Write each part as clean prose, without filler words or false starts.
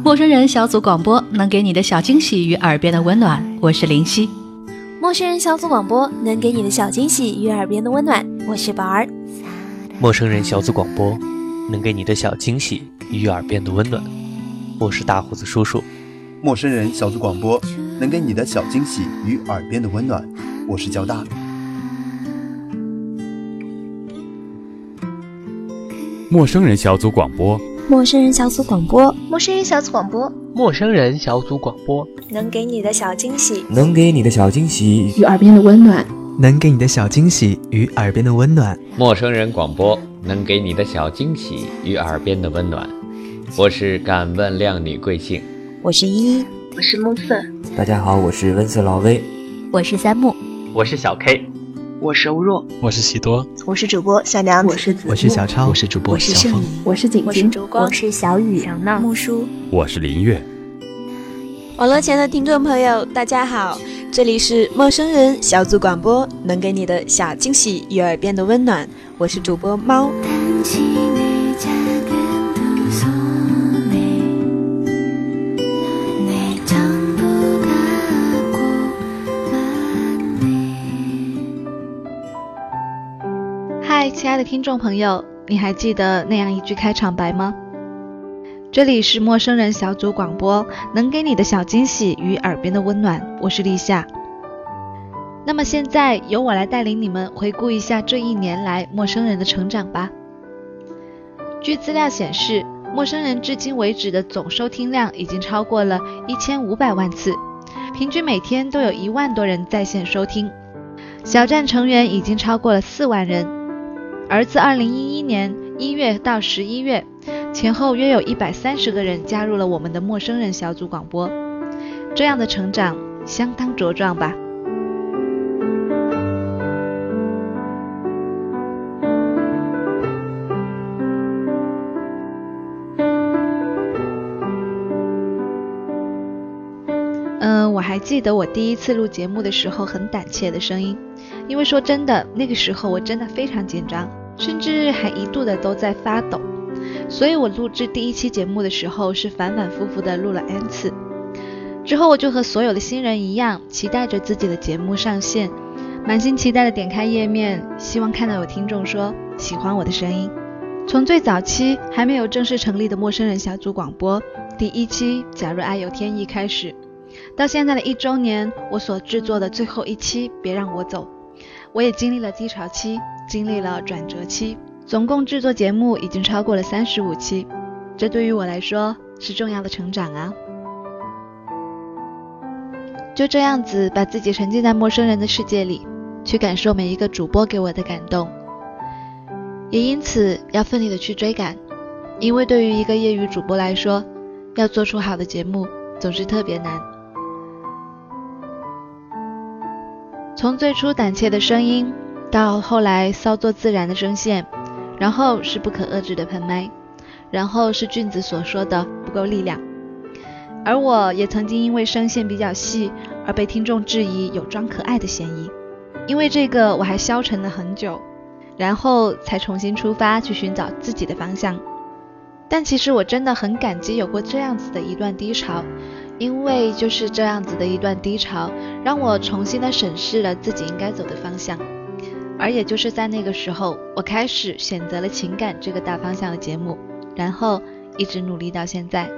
陌生人小组广播，能给你的小惊喜与耳边的温暖。我是林夕。 陌生人小组广播，能给你的小惊喜与耳边的温暖。我是宝儿。 陌生人小组广播，能给你的小惊喜与耳边的温暖。我是大胡子叔叔。 陌生人小组广播，能给你的小惊喜与耳边的温暖。我是交大。 陌生人小组广播， 陌生人小组广播， 陌生人小组广播， 陌生人小组广播， 能给你的小惊喜， 能给你的小惊喜与耳边的温暖， 能给你的小惊喜与耳边的温暖。 陌生人广播，能给你的小惊喜与耳边的温暖。我是敢问靓女贵姓， 我是依依， 我是梦色。 大家好，我是温色老威， 我是三木， 我是小 K， 我是欧若， 我是喜多， 我是主播小娘子， 我是小超， 我是主播小峰， 我是景晶， 我是小雨， 小闹， 木叔， 我是林月。 网络前的听众朋友大家好，这里是陌生人小组广播，能给你的小惊喜与耳边的温暖。我是主播猫。 嗨，亲爱的听众朋友，你还记得那样一句开场白吗？这里是陌生人小组广播，能给你的小惊喜与耳边的温暖。我是立夏。那么现在由我来带领你们回顾一下这一年来陌生人的成长吧。据资料显示，陌生人至今为止的总收听量已经超过了1500万次，平均每天都有1万多人在线收听。小站成员已经超过了4万人，而自2011年1月到11月前后约有130个人加入了我们的陌生人小组广播，这样的成长相当茁壮吧。我还记得我第一次录节目的时候很胆怯的声音，因为说真的，那个时候我真的非常紧张，甚至还一度的都在发抖，所以我录制第一期节目的时候是反反复复的录了 N 次。之后我就和所有的新人一样，期待着自己的节目上线，满心期待的点开页面，希望看到有听众说喜欢我的声音。从最早期还没有正式成立的陌生人小组广播第1期假如爱有天意开始，到现在的1周年，我所制作的最后1期别让我走，我也经历了低潮期，经历了转折期，总共制作节目已经超过了35期，这对于我来说是重要的成长啊。就这样子把自己沉浸在陌生人的世界里，去感受每一个主播给我的感动，也因此要奋力的去追赶，因为对于一个业余主播来说，要做出好的节目总是特别难。从最初胆怯的声音，到后来骚作自然的声线，然后是不可遏制的喷麦，然后是俊子所说的不够力量。而我也曾经因为声线比较细而被听众质疑有装可爱的嫌疑，因为这个我还消沉了很久，然后才重新出发去寻找自己的方向。但其实我真的很感激有过这样子的一段低潮，因为就是这样子的一段低潮，让我重新的审视了自己应该走的方向。而也就是在那个时候，我开始选择了情感这个大方向的节目，然后一直努力到现在。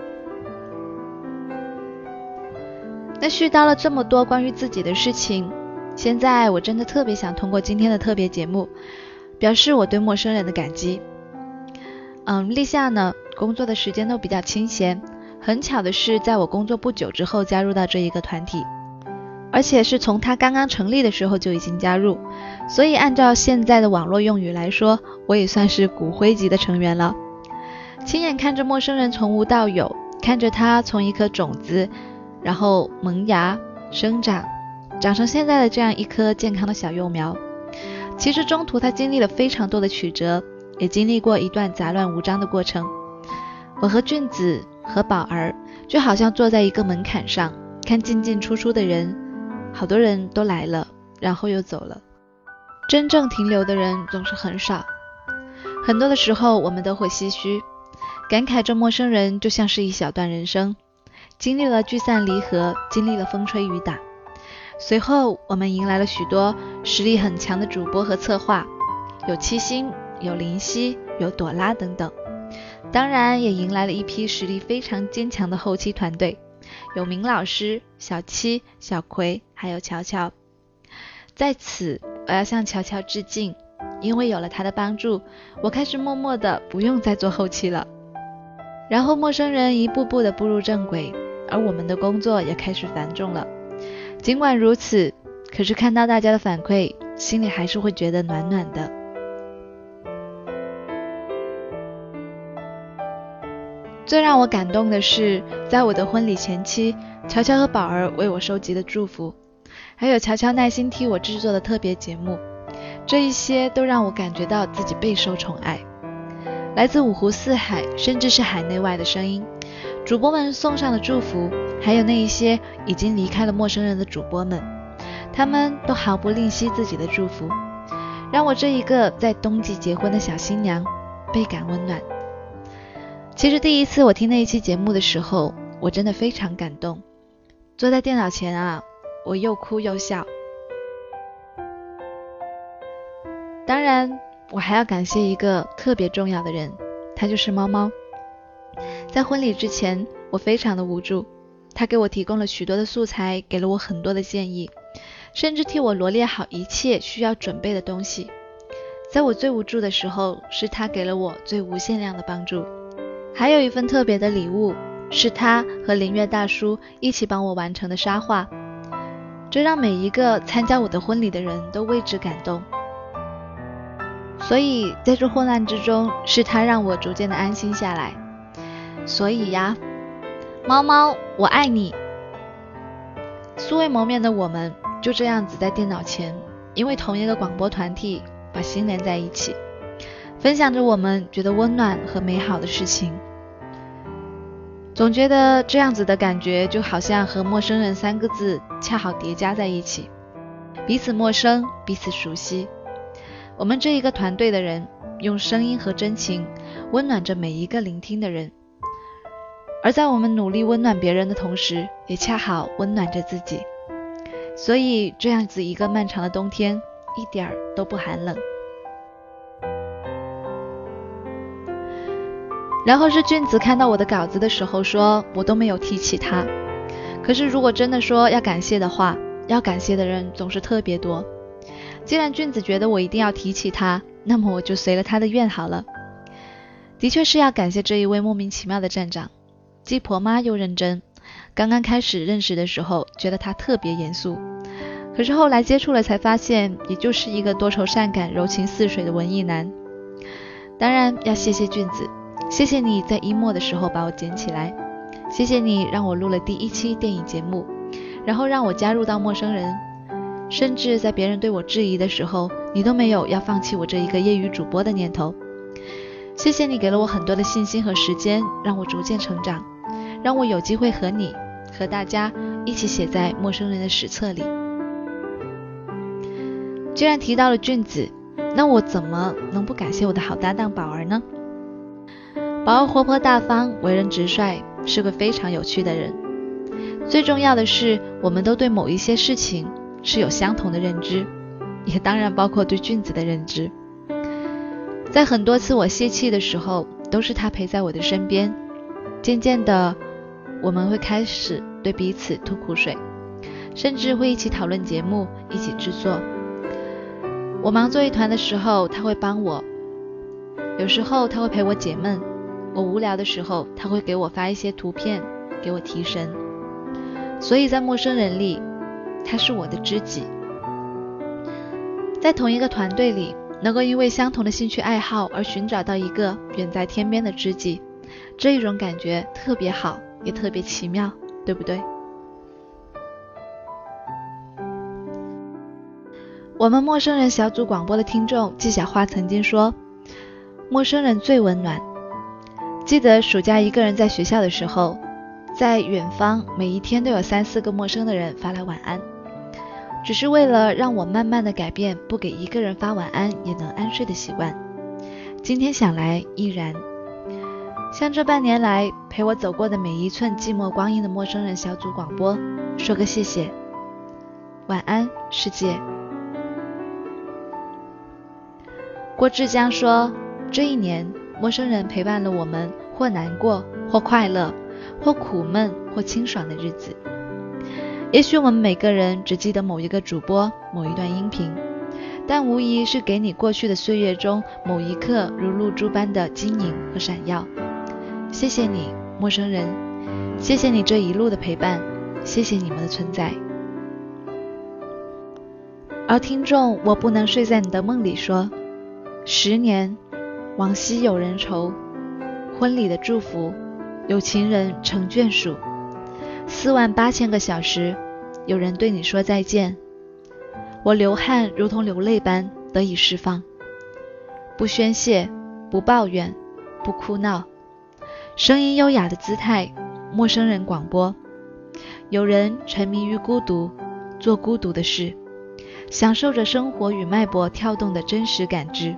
那絮叨了这么多关于自己的事情，现在我真的特别想通过今天的特别节目，表示我对陌生人的感激。立夏呢，工作的时间都比较清闲，很巧的是在我工作不久之后加入到这一个团体，而且是从他刚刚成立的时候就已经加入，所以按照现在的网络用语来说，我也算是骨灰级的成员了。亲眼看着陌生人从无到有，看着他从一颗种子然后萌芽生长，长成现在的这样一棵健康的小幼苗。其实中途他经历了非常多的曲折，也经历过一段杂乱无章的过程。我和俊子和宝儿就好像坐在一个门槛上，看进进出出的人，好多人都来了，然后又走了，真正停留的人总是很少。很多的时候我们都会唏嘘， 感慨这陌生人就像是一小段人生，经历了聚散离合，经历了风吹雨打。随后我们迎来了许多实力很强的主播和策划，有七星，有林夕，有朵拉等等。当然也迎来了一批实力非常坚强的后期团队，有明老师、小七、小葵还有乔乔。在此我要向乔乔致敬，因为有了他的帮助，我开始默默的不用再做后期了。然后陌生人一步步的步入正轨，而我们的工作也开始繁重了。尽管如此，可是看到大家的反馈，心里还是会觉得暖暖的。最让我感动的是，在我的婚礼前期，乔乔和宝儿为我收集的祝福，还有乔乔耐心替我制作的特别节目，这一些都让我感觉到自己备受宠爱。来自五湖四海，甚至是海内外的声音，主播们送上的祝福，还有那一些已经离开了陌生人的主播们，他们都毫不吝惜自己的祝福，让我这一个在冬季结婚的小新娘倍感温暖。其实第一次我听那一期节目的时候，我真的非常感动，坐在电脑前啊，我又哭又笑。当然我还要感谢一个特别重要的人，他就是猫猫。在婚礼之前我非常的无助，他给我提供了许多的素材，给了我很多的建议，甚至替我罗列好一切需要准备的东西。在我最无助的时候，是他给了我最无限量的帮助。还有一份特别的礼物，是他和林月大叔一起帮我完成的沙画，这让每一个参加我的婚礼的人都为之感动。所以在这混乱之中，是他让我逐渐的安心下来。所以呀，猫猫，我爱你。素未谋面的我们就这样子在电脑前，因为同一个广播团体把心连在一起，分享着我们觉得温暖和美好的事情。总觉得这样子的感觉就好像和陌生人3个字恰好叠加在一起，彼此陌生，彼此熟悉。我们这一个团队的人，用声音和真情温暖着每一个聆听的人，而在我们努力温暖别人的同时，也恰好温暖着自己。所以这样子一个漫长的冬天，一点儿都不寒冷。然后是俊子看到我的稿子的时候说，我都没有提起他。可是如果真的说要感谢的话，要感谢的人总是特别多。既然俊子觉得我一定要提起他，那么我就随了他的愿好了。的确是要感谢这一位莫名其妙的站长，既婆妈又认真。刚刚开始认识的时候，觉得他特别严肃，可是后来接触了才发现，也就是一个多愁善感、柔情似水的文艺男。当然要谢谢俊子，谢谢你在1末的时候把我捡起来，谢谢你让我录了第1期电影节目，然后让我加入到陌生人，甚至在别人对我质疑的时候，你都没有要放弃我这一个业余主播的念头。谢谢你给了我很多的信心和时间，让我逐渐成长，让我有机会和你和大家一起写在陌生人的史册里。既然提到了俊子，那我怎么能不感谢我的好搭档宝儿呢？宝儿活泼大方，为人直率，是个非常有趣的人。最重要的是，我们都对某一些事情是有相同的认知，也当然包括对俊子的认知。在很多次我泄气的时候，都是他陪在我的身边。渐渐的，我们会开始对彼此吐苦水，甚至会一起讨论节目，一起制作。我忙做一团的时候，他会帮我；有时候他会陪我解闷。我无聊的时候，他会给我发一些图片，给我提神。所以在陌生人里，他是我的知己。在同一个团队里，能够因为相同的兴趣爱好而寻找到一个远在天边的知己，这一种感觉特别好，也特别奇妙，对不对？我们陌生人小组广播的听众季小花曾经说，陌生人最温暖。记得暑假一个人在学校的时候，在远方每一天都有3-4个陌生的人发来晚安，只是为了让我慢慢的改变不给一个人发晚安也能安睡的习惯。今天想来依然。 向这半年来陪我走过的每一寸寂寞光阴的陌生人小组广播说个谢谢。晚安，世界。郭志江说，这一年陌生人陪伴了我们或难过或快乐或苦闷或清爽的日子。也许我们每个人只记得某一个主播某一段音频，但无疑是给你过去的岁月中某一刻如露珠般的晶莹和闪耀。谢谢你，陌生人，谢谢你这一路的陪伴，谢谢你们的存在。而听众我不能睡在你的梦里说，10年，往昔有人愁，婚礼的祝福，有情人成眷属，48000个小时，有人对你说再见。我流汗如同流泪般得以释放，不宣泄，不抱怨，不哭闹，声音优雅的姿态，陌生人广播。有人沉迷于孤独，做孤独的事，享受着生活与脉搏跳动的真实感知。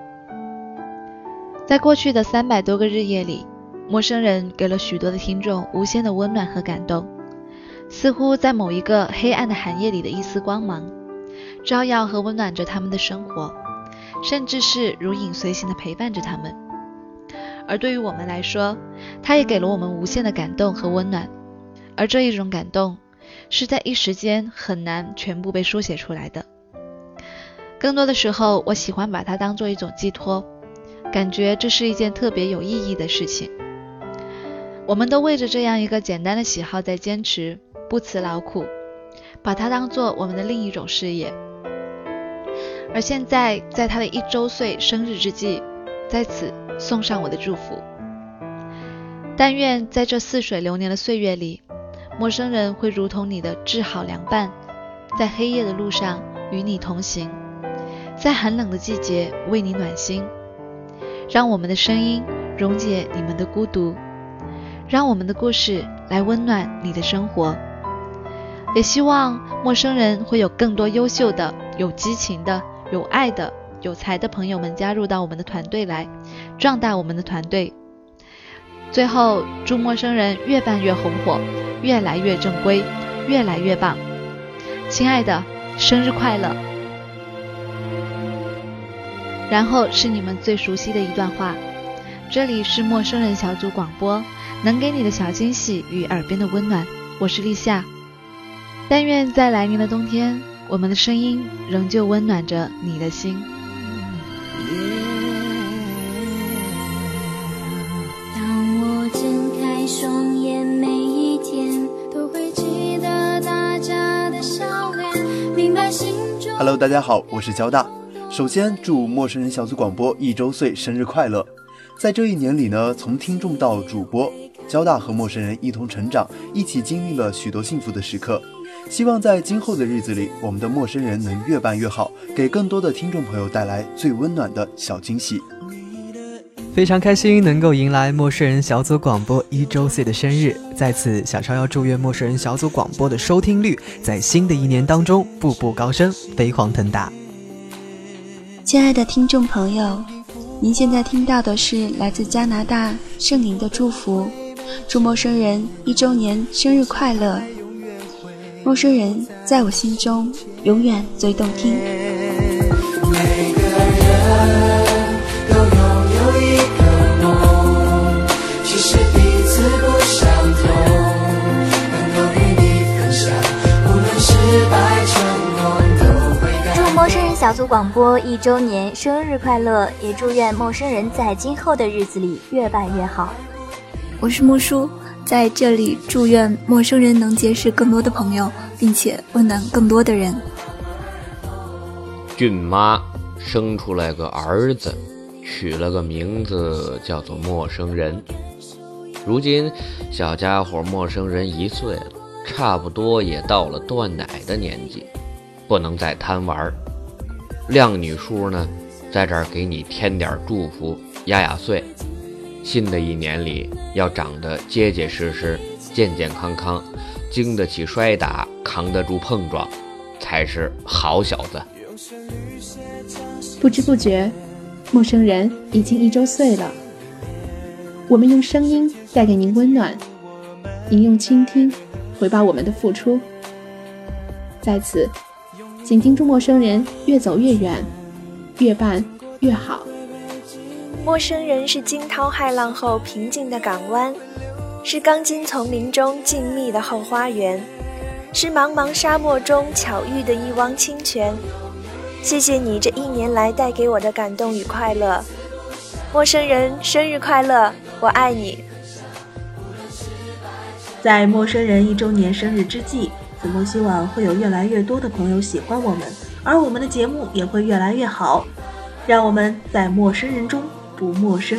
在过去的300多个日夜里，陌生人给了许多的听众无限的温暖和感动，似乎在某一个黑暗的寒夜里的一丝光芒，照耀和温暖着他们的生活，甚至是如影随形地陪伴着他们。而对于我们来说，它也给了我们无限的感动和温暖，而这一种感动是在一时间很难全部被书写出来的。更多的时候，我喜欢把它当做一种寄托，感觉这是一件特别有意义的事情。我们都为着这样一个简单的喜好在坚持，不辞劳苦，把它当做我们的另一种事业。而现在，在他的1周岁生日之际，在此送上我的祝福。但愿在这似水流年的岁月里，陌生人会如同你的至好良伴，在黑夜的路上与你同行，在寒冷的季节为你暖心，让我们的声音溶解你们的孤独，让我们的故事来温暖你的生活。也希望陌生人会有更多优秀的、有激情的、有爱的、有才的朋友们加入到我们的团队来，壮大我们的团队。最后，祝陌生人越办越红火，越来越正规，越来越棒。亲爱的，生日快乐！然后是你们最熟悉的一段话，这里是陌生人小组广播，能给你的小惊喜与耳边的温暖，我是立夏。但愿在来年的冬天，我们的声音仍旧温暖着你的心。 当我睁开双眼，每一天都会记得大家的笑脸，明白心中。 Hello， 大家好，我是交大。首先祝陌生人小组广播1周岁生日快乐！在这一年里呢，从听众到主播，交大和陌生人一同成长，一起经历了许多幸福的时刻。希望在今后的日子里，我们的陌生人能越办越好，给更多的听众朋友带来最温暖的小惊喜。 非常开心能够迎来陌生人小组广播1周岁的生日，在此小超要祝愿陌生人小组广播的收听率在新的一年当中步步高升，飞黄腾达。 亲爱的听众朋友，您现在听到的是来自加拿大圣宁的祝福，祝陌生人1周年生日快乐！陌生人在我心中永远最动听。 每个人都拥有一个梦，其实彼此不相同，能够与你分享，无论失败成功都会感动。 祝陌生人小组广播1周年生日快乐，也祝愿陌生人在今后的日子里越办越好。 我是木叔，在这里祝愿陌生人能结识更多的朋友，并且温暖更多的人。 俊妈生出来个儿子，取了个名字叫做陌生人。如今小家伙陌生人1岁了，差不多也到了断奶的年纪，不能再贪玩。靓女叔呢，在这儿给你添点祝福，压压岁。新的一年里，要长得结结实实，健健康康，经得起摔打，扛得住碰撞，才是好小子。 不知不觉，陌生人已经1周岁了。 我们用声音带给您温暖，您用倾听回报我们的付出。在此，请叮嘱陌生人越走越远，越办越好。 陌生人是惊涛骇浪后平静的港湾，是钢筋丛林中静谧的后花园，是茫茫沙漠中巧遇的一汪清泉。谢谢你这1年来带给我的感动与快乐。陌生人，生日快乐，我爱你。 在陌生人1周年生日之际，子墨希望会有越来越多的朋友喜欢我们，而我们的节目也会越来越好。让我们在陌生人中不陌生。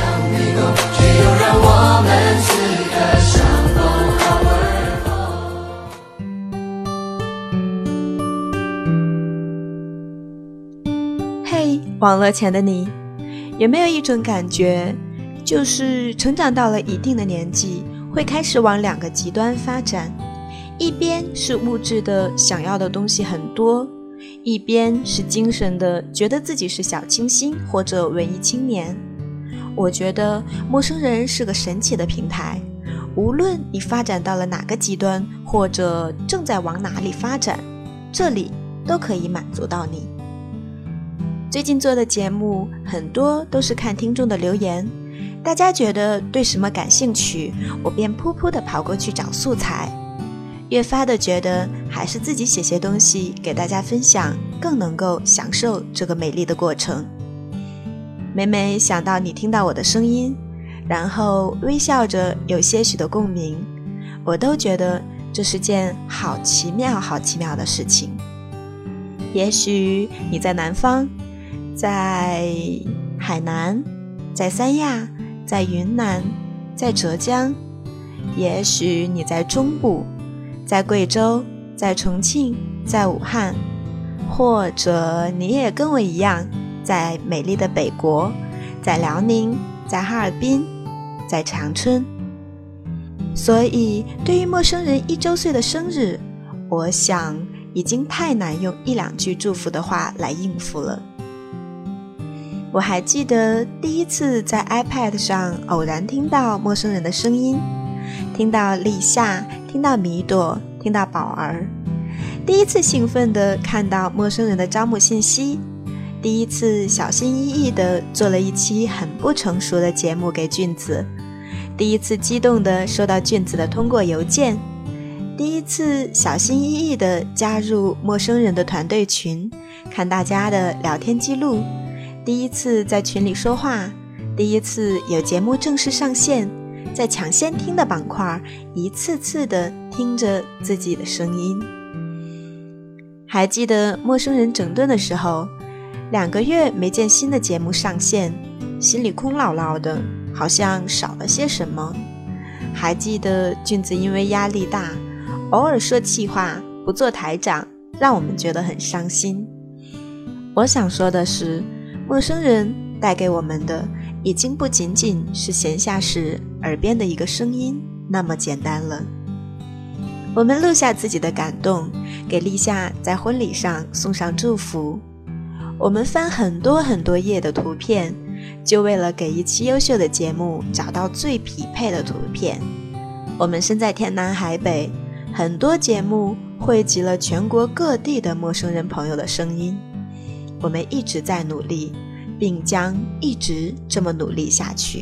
嘿，网络前的你，有没有一种感觉，就是成长到了一定的年纪，会开始往2个极端发展？一边是物质的想要的东西很多，一边是精神的觉得自己是小清新或者文艺青年。我觉得陌生人是个神奇的平台，无论你发展到了哪个极端，或者正在往哪里发展，这里都可以满足到你。最近做的节目很多都是看听众的留言，大家觉得对什么感兴趣，我便噗噗地跑过去找素材，越发的觉得还是自己写些东西给大家分享，更能够享受这个美丽的过程。每每想到你听到我的声音，然后微笑着有些许的共鸣，我都觉得这是件好奇妙好奇妙的事情。也许你在南方，在海南，在三亚，在云南，在浙江，也许你在中部，在贵州，在重庆，在武汉，或者你也跟我一样在美丽的北国，在辽宁，在哈尔滨，在长春。所以对于陌生人1周岁的生日，我想已经太难用1-2句祝福的话来应付了。我还记得第一次在 iPad 上偶然听到陌生人的声音，听到立夏，听到米朵，听到宝儿，第一次兴奋地看到陌生人的招募信息，第一次小心翼翼地做了一期很不成熟的节目给俊子，第一次激动地收到俊子的通过邮件，第一次小心翼翼地加入陌生人的团队群，看大家的聊天记录，第一次在群里说话，第一次有节目正式上线，在抢先听的板块一次次地听着自己的声音。还记得陌生人整顿的时候，2个月没见新的节目上线，心里空落落的，好像少了些什么。还记得俊子因为压力大，偶尔说气话，不做台长，让我们觉得很伤心。我想说的是，陌生人带给我们的已经不仅仅是闲暇时耳边的一个声音那么简单了。我们录下自己的感动，给立夏在婚礼上送上祝福。我们翻很多很多页的图片，就为了给一期优秀的节目找到最匹配的图片。我们身在天南海北，很多节目汇集了全国各地的陌生人朋友的声音。我们一直在努力，并将一直这么努力下去。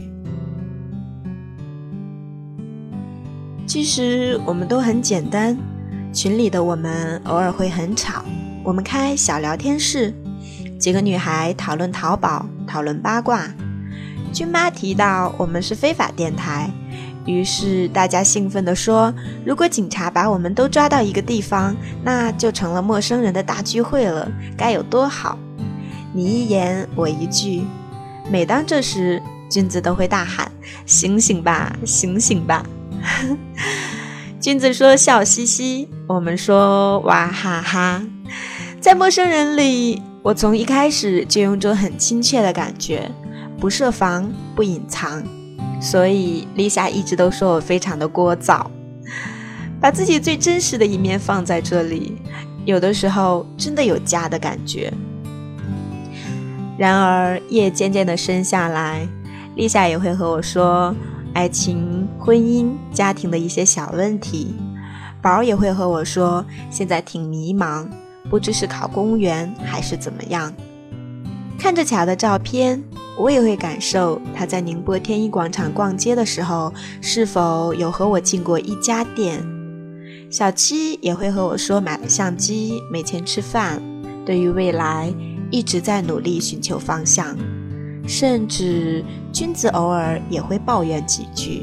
其实我们都很简单，群里的我们偶尔会很吵，我们开小聊天室，几个女孩讨论淘宝，讨论八卦。君妈提到我们是非法电台，于是大家兴奋地说，如果警察把我们都抓到一个地方，那就成了陌生人的大聚会了，该有多好。你一言我一句，每当这时，君子都会大喊，醒醒吧，醒醒吧。君子说笑嘻嘻，我们说哇哈哈。在陌生人里，我从一开始就有种很亲切的感觉，不设防，不隐藏，所以丽夏一直都说我非常的聒噪，把自己最真实的一面放在这里，有的时候真的有家的感觉。然而夜渐渐地深下来， 丽夏也会和我说爱情、婚姻、家庭的一些小问题。宝也会和我说现在挺迷茫，不知是考公务员还是怎么样。看着巧的照片，我也会感受他在宁波天一广场逛街的时候是否有和我进过一家店。小七也会和我说买了相机没钱吃饭，对于未来一直在努力寻求方向，甚至君子偶尔也会抱怨几句。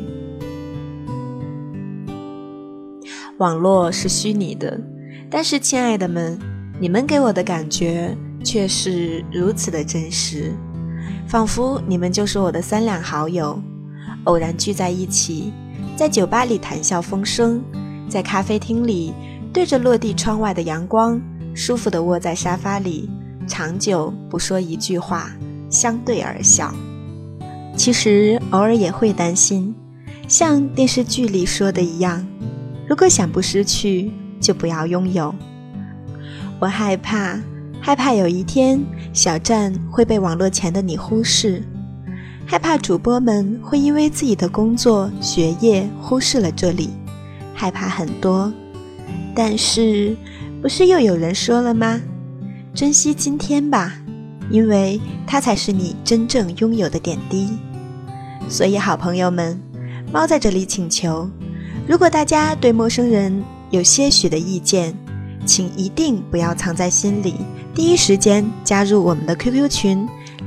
网络是虚拟的，但是亲爱的们，你们给我的感觉却是如此的真实，仿佛你们就是我的3两好友，偶然聚在一起，在酒吧里谈笑风生，在咖啡厅里对着落地窗外的阳光，舒服地窝在沙发里，长久不说一句话，相对而笑。其实偶尔也会担心，像电视剧里说的一样，如果想不失去，就不要拥有。我害怕有一天小站会被网络前的你忽视，害怕主播们会因为自己的工作学业忽视了这里，害怕很多。但是不是又有人说了吗？珍惜今天吧，因为它才是你真正拥有的点滴。所以好朋友们，猫在这里请求，如果大家对陌生人有些许的意见，请一定不要藏在心里，第一时间加入我们的 QQ 群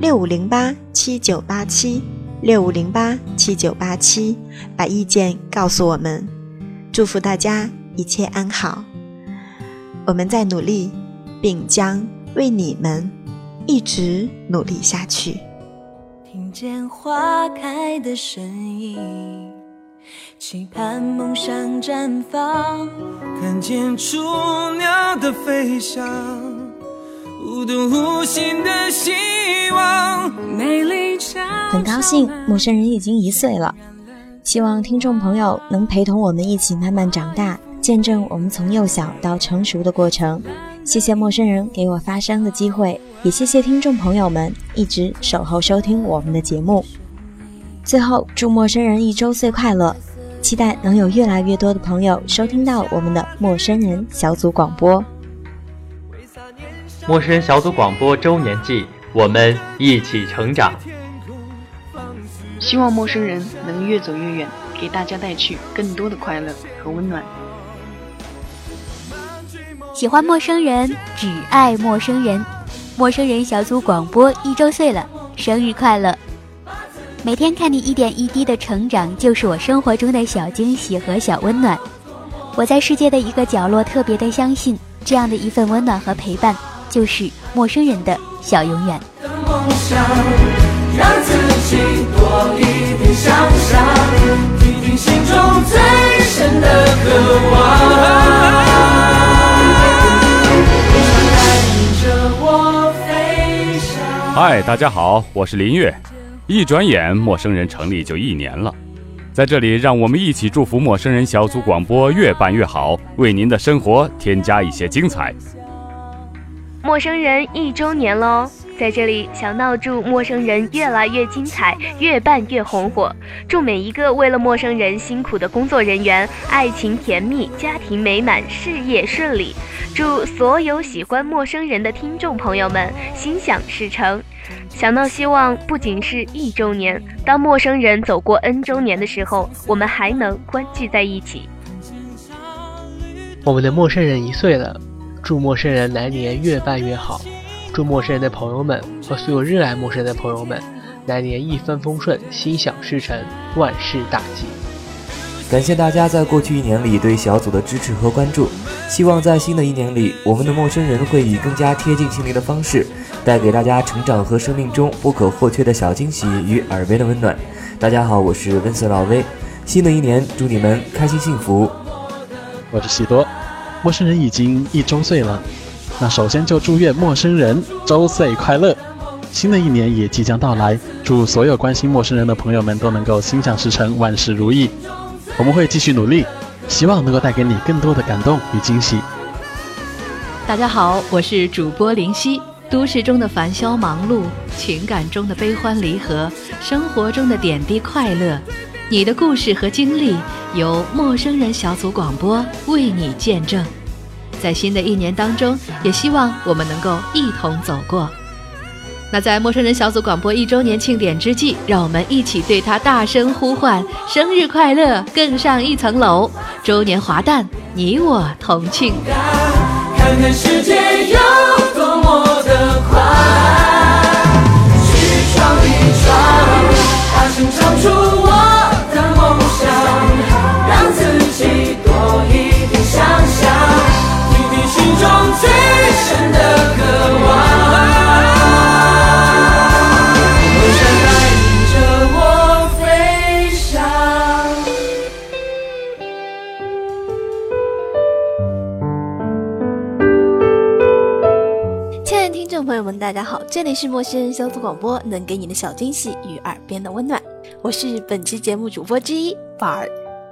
65087987 65087987，把意见告诉我们。祝福大家一切安好，我们在努力，并将为你们一直努力下去。 听见花开的声音，期盼梦想绽放，看见雏鸟的飞翔，无动无心的希望，美丽长。 很高兴陌生人已经1岁了，希望听众朋友能陪同我们一起慢慢长大，见证我们从幼小到成熟的过程。谢谢陌生人给我发声的机会，也谢谢听众朋友们一直守候收听我们的节目。最后祝陌生人1周岁快乐，期待能有越来越多的朋友收听到我们的陌生人小组广播。 陌生人小组广播周年季，我们一起成长。 希望陌生人能越走越远，给大家带去更多的快乐和温暖。 喜欢陌生人，只爱陌生人。陌生人小组广播1周岁了，生日快乐！每天看你一点一滴的成长，就是我生活中的小惊喜和小温暖。我在世界的一个角落特别的相信，这样的一份温暖和陪伴，就是陌生人的小永远。 梦想让自己多一点想象，听听心中最深的渴望。 嗨，大家好，我是林月。一转眼，陌生人成立就1年了。在这里，让我们一起祝福陌生人小组广播越办越好，为您的生活添加一些精彩。 陌生人1周年喽！在这里，小闹祝陌生人越来越精彩，越办越红火。祝每一个为了陌生人辛苦的工作人员，爱情甜蜜，家庭美满，事业顺利。祝所有喜欢陌生人的听众朋友们心想事成。小闹希望不仅是1周年，当陌生人走过 N 周年的时候，我们还能欢聚在一起。 我们的陌生人1岁了，祝陌生人来年越办越好。祝陌生人的朋友们和所有热爱陌生人的朋友们，来年一帆风顺，心想事成，万事大吉。 感谢大家在过去1年里对小组的支持和关注，希望在新的1年里，我们的陌生人会以更加贴近心灵的方式，带给大家成长和生命中不可或缺的小惊喜与耳边的温暖。大家好，我是温色老威，新的1年祝你们开心幸福。 我是喜多，陌生人已经1周岁了，那首先就祝愿陌生人周岁快乐。新的1年也即将到来，祝所有关心陌生人的朋友们都能够心想事成，万事如意。我们会继续努力，希望能够带给你更多的感动与惊喜。 大家好，我是主播林夕， 都市中的繁嚣忙碌，情感中的悲欢离合，生活中的点滴快乐，你的故事和经历由陌生人小组广播为你见证。在新的一年当中，也希望我们能够一同走过。那在陌生人小组广播1周年庆典之际，让我们一起对他大声呼唤：生日快乐，更上一层楼！周年华诞，你我同庆。 看看世界有多么的宽，去闯一闯，大声唱出我的梦想，让自己多一点想象，听听心中最深的渴望。 朋友们大家好，这里是陌生人小组广播，能给你的小惊喜与耳边的温暖，我是本期节目主播之一宝儿。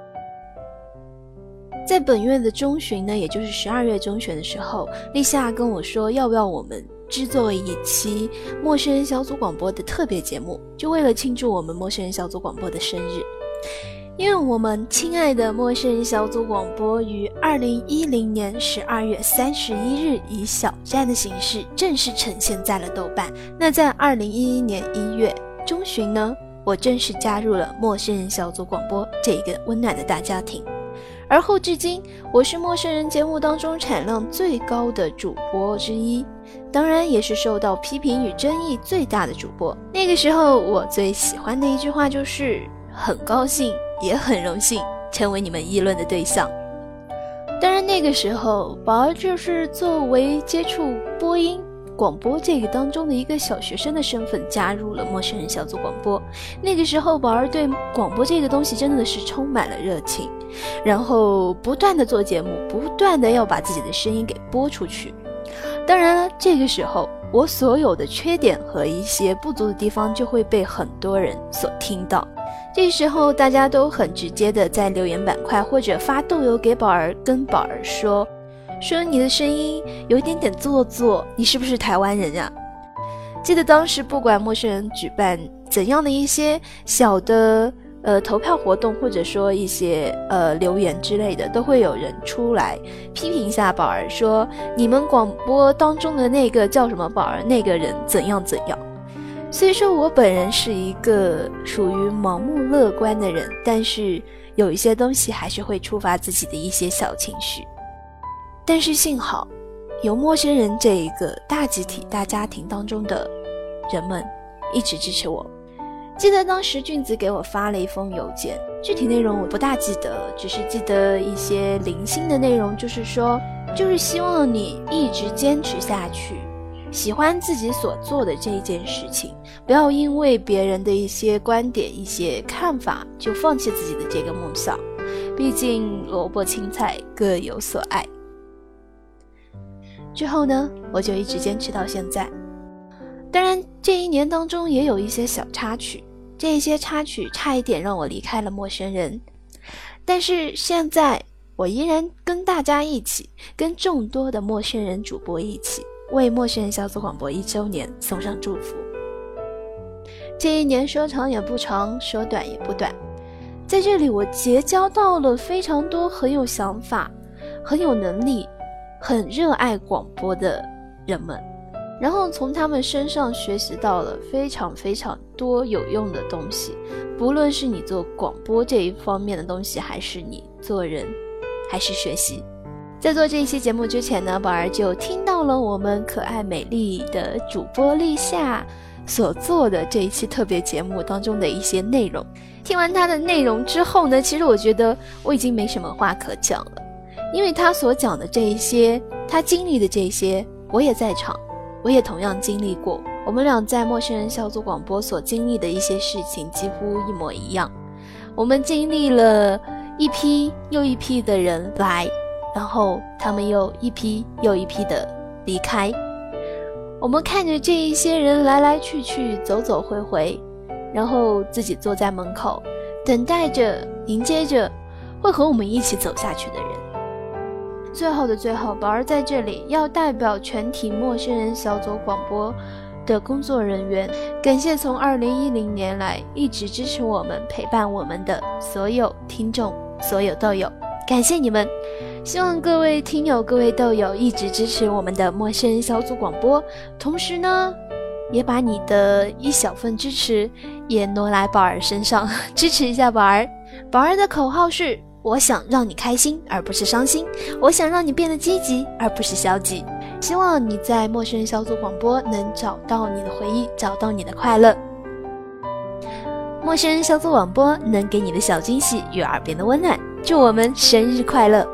在本月的中旬呢，也就是12月中旬的时候，立夏跟我说要不要我们制作一期陌生人小组广播的特别节目，就为了庆祝我们陌生人小组广播的生日。因为我们亲爱的陌生人小组广播于2010年12月31日以小站的形式正式呈现在了豆瓣。那在2011年1月中旬呢，我正式加入了陌生人小组广播这个温暖的大家庭。而后至今，我是陌生人节目当中产量最高的主播之一，当然也是受到批评与争议最大的主播。那个时候我最喜欢的一句话就是很高兴也很荣幸成为你们议论的对象。当然那个时候宝儿就是作为接触播音广播这个当中的一个小学生的身份加入了陌生人小组广播。那个时候宝儿对广播这个东西真的是充满了热情，然后不断的做节目，不断的要把自己的声音给播出去。当然了，这个时候我所有的缺点和一些不足的地方就会被很多人所听到。这时候大家都很直接的在留言板块或者发豆油给宝儿，跟宝儿说你的声音有一点点做作，你是不是台湾人呀？记得当时不管陌生人举办怎样的一些小的投票活动，或者说一些留言之类的，都会有人出来批评一下宝儿，说你们广播当中的那个叫什么宝儿，那个人怎样怎样。所以说我本人是一个属于盲目乐观的人，但是有一些东西还是会触发自己的一些小情绪。但是幸好有陌生人这一个大集体大家庭当中的人们一直支持我。记得当时俊子给我发了一封邮件，具体内容我不大记得，只是记得一些零星的内容，就是说希望你一直坚持下去，喜欢自己所做的这一件事情，不要因为别人的一些观点一些看法就放弃自己的这个梦想，毕竟萝卜青菜各有所爱。之后呢，我就一直坚持到现在。当然这一年当中也有一些小插曲，这些插曲差一点让我离开了陌生人，但是现在我依然跟大家一起，跟众多的陌生人主播一起，为陌生人小组广播1周年送上祝福。这一年说长也不长，说短也不短，在这里我结交到了非常多很有想法、很有能力、很热爱广播的人们，然后从他们身上学习到了非常非常多有用的东西，不论是你做广播这一方面的东西，还是你做人，还是学习。在做这一期节目之前呢，宝儿就听到了我们可爱美丽的主播立夏所做的这一期特别节目当中的一些内容。听完他的内容之后呢，其实我觉得我已经没什么话可讲了，因为他所讲的这一些，他经历的这些，我也在场，我也同样经历过。我们俩在陌生人小组广播所经历的一些事情几乎一模一样。我们经历了一批又一批的人来，然后他们又一批又一批的离开。我们看着这一些人来来去去，走走回回，然后自己坐在门口，等待着迎接着会和我们一起走下去的人。 最后的最后，宝儿在这里要代表全体陌生人小组广播的工作人员，感谢从2010年来一直支持我们、陪伴我们的所有听众、所有豆友，感谢你们！希望各位听友、各位豆友一直支持我们的陌生人小组广播，同时呢，也把你的一小份支持也挪来宝儿身上，支持一下宝儿。宝儿的口号是：我想让你开心，而不是伤心；我想让你变得积极，而不是消极。希望你在陌生人小组广播能找到你的回忆，找到你的快乐。陌生人小组广播能给你的小惊喜与耳边的温暖。祝我们生日快乐！